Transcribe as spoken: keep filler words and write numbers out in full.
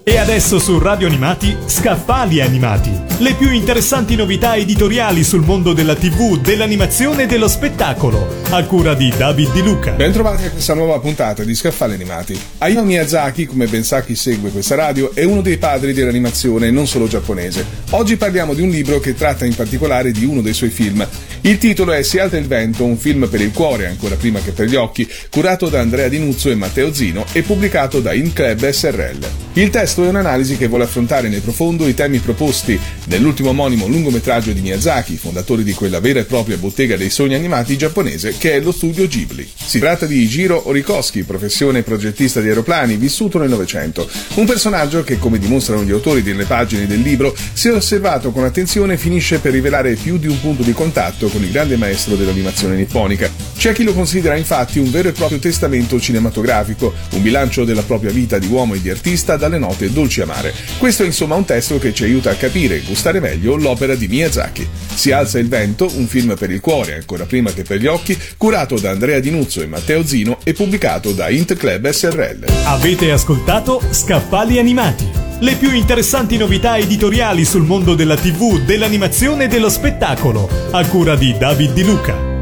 E adesso su Radio Animati, Scaffali Animati. Le più interessanti novità editoriali sul mondo della tivù, dell'animazione e dello spettacolo, a cura di David Di Luca. Ben trovati a questa nuova puntata di Scaffali Animati. Hayao Miyazaki, come ben sa chi segue questa radio, è uno dei padri dell'animazione non solo giapponese. Oggi parliamo di un libro che tratta in particolare di uno dei suoi film. Il titolo è Si alza il vento, un film per il cuore ancora prima che per gli occhi, curato da Andrea Di Nuzzo e Matteo Zino e pubblicato da In Club S R L. Il testo è un'analisi che vuole affrontare nel profondo i temi proposti nell'ultimo omonimo lungometraggio di Miyazaki, fondatore di quella vera e propria bottega dei sogni animati giapponese che è lo studio Ghibli. Si tratta di Jiro Horikoshi, professione progettista di aeroplani, vissuto nel Novecento. Un personaggio che, come dimostrano gli autori delle pagine del libro, se osservato con attenzione finisce per rivelare più di un punto di contatto con il grande maestro dell'animazione nipponica. C'è chi lo considera infatti un vero e proprio testamento cinematografico, un bilancio della propria vita di uomo e di artista dalle note dolci e amare. Questo è insomma un testo che ci aiuta a capire e gustare meglio l'opera di Miyazaki. Si alza il vento, un film per il cuore ancora prima che per gli occhi, curato da Andrea Di Nuzzo e Matteo Zino e pubblicato da Int Club S R L. Avete ascoltato Scaffali Animati, le più interessanti novità editoriali sul mondo della tivù, dell'animazione e dello spettacolo, a cura di David Di Luca.